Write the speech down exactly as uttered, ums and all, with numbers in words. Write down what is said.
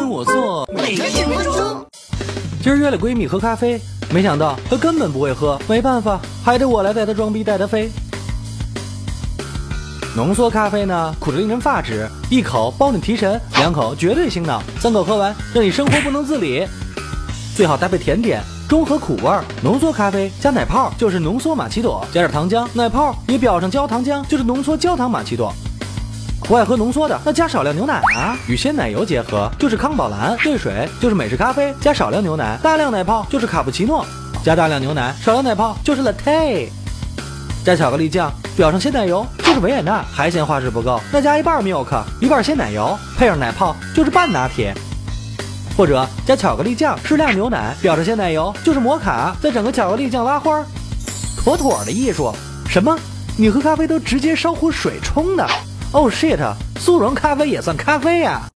我做， 每天几分钟。 今儿约了闺蜜喝咖啡，没想到她根本不会喝，没办法，还得我来带她装逼带她飞。浓缩咖啡呢，苦得令人发指，一口包你提神，两口绝对醒脑，三口喝完让你生活不能自理。最好搭配甜点，中和苦味儿。浓缩咖啡加奶泡就是浓缩玛奇朵，加点糖浆，奶泡也表上焦糖浆，就是浓缩焦糖玛奇朵。不爱喝浓缩的，那加少量牛奶啊，与鲜奶油结合就是康宝蓝，兑水就是美式咖啡，加少量牛奶，大量奶泡就是卡布奇诺，加大量牛奶，少量奶泡就是 latte。加巧克力酱，表上鲜奶油就是维也纳，还嫌画质不够，那加一半 milk， 一半鲜奶油，配上奶泡就是半拿铁。或者加巧克力酱，适量牛奶，表上鲜奶油就是摩卡，再整个巧克力酱拉花，妥妥的艺术。什么？你喝咖啡都直接烧壶水冲的？Oh shit， 速溶咖啡也算咖啡呀、啊！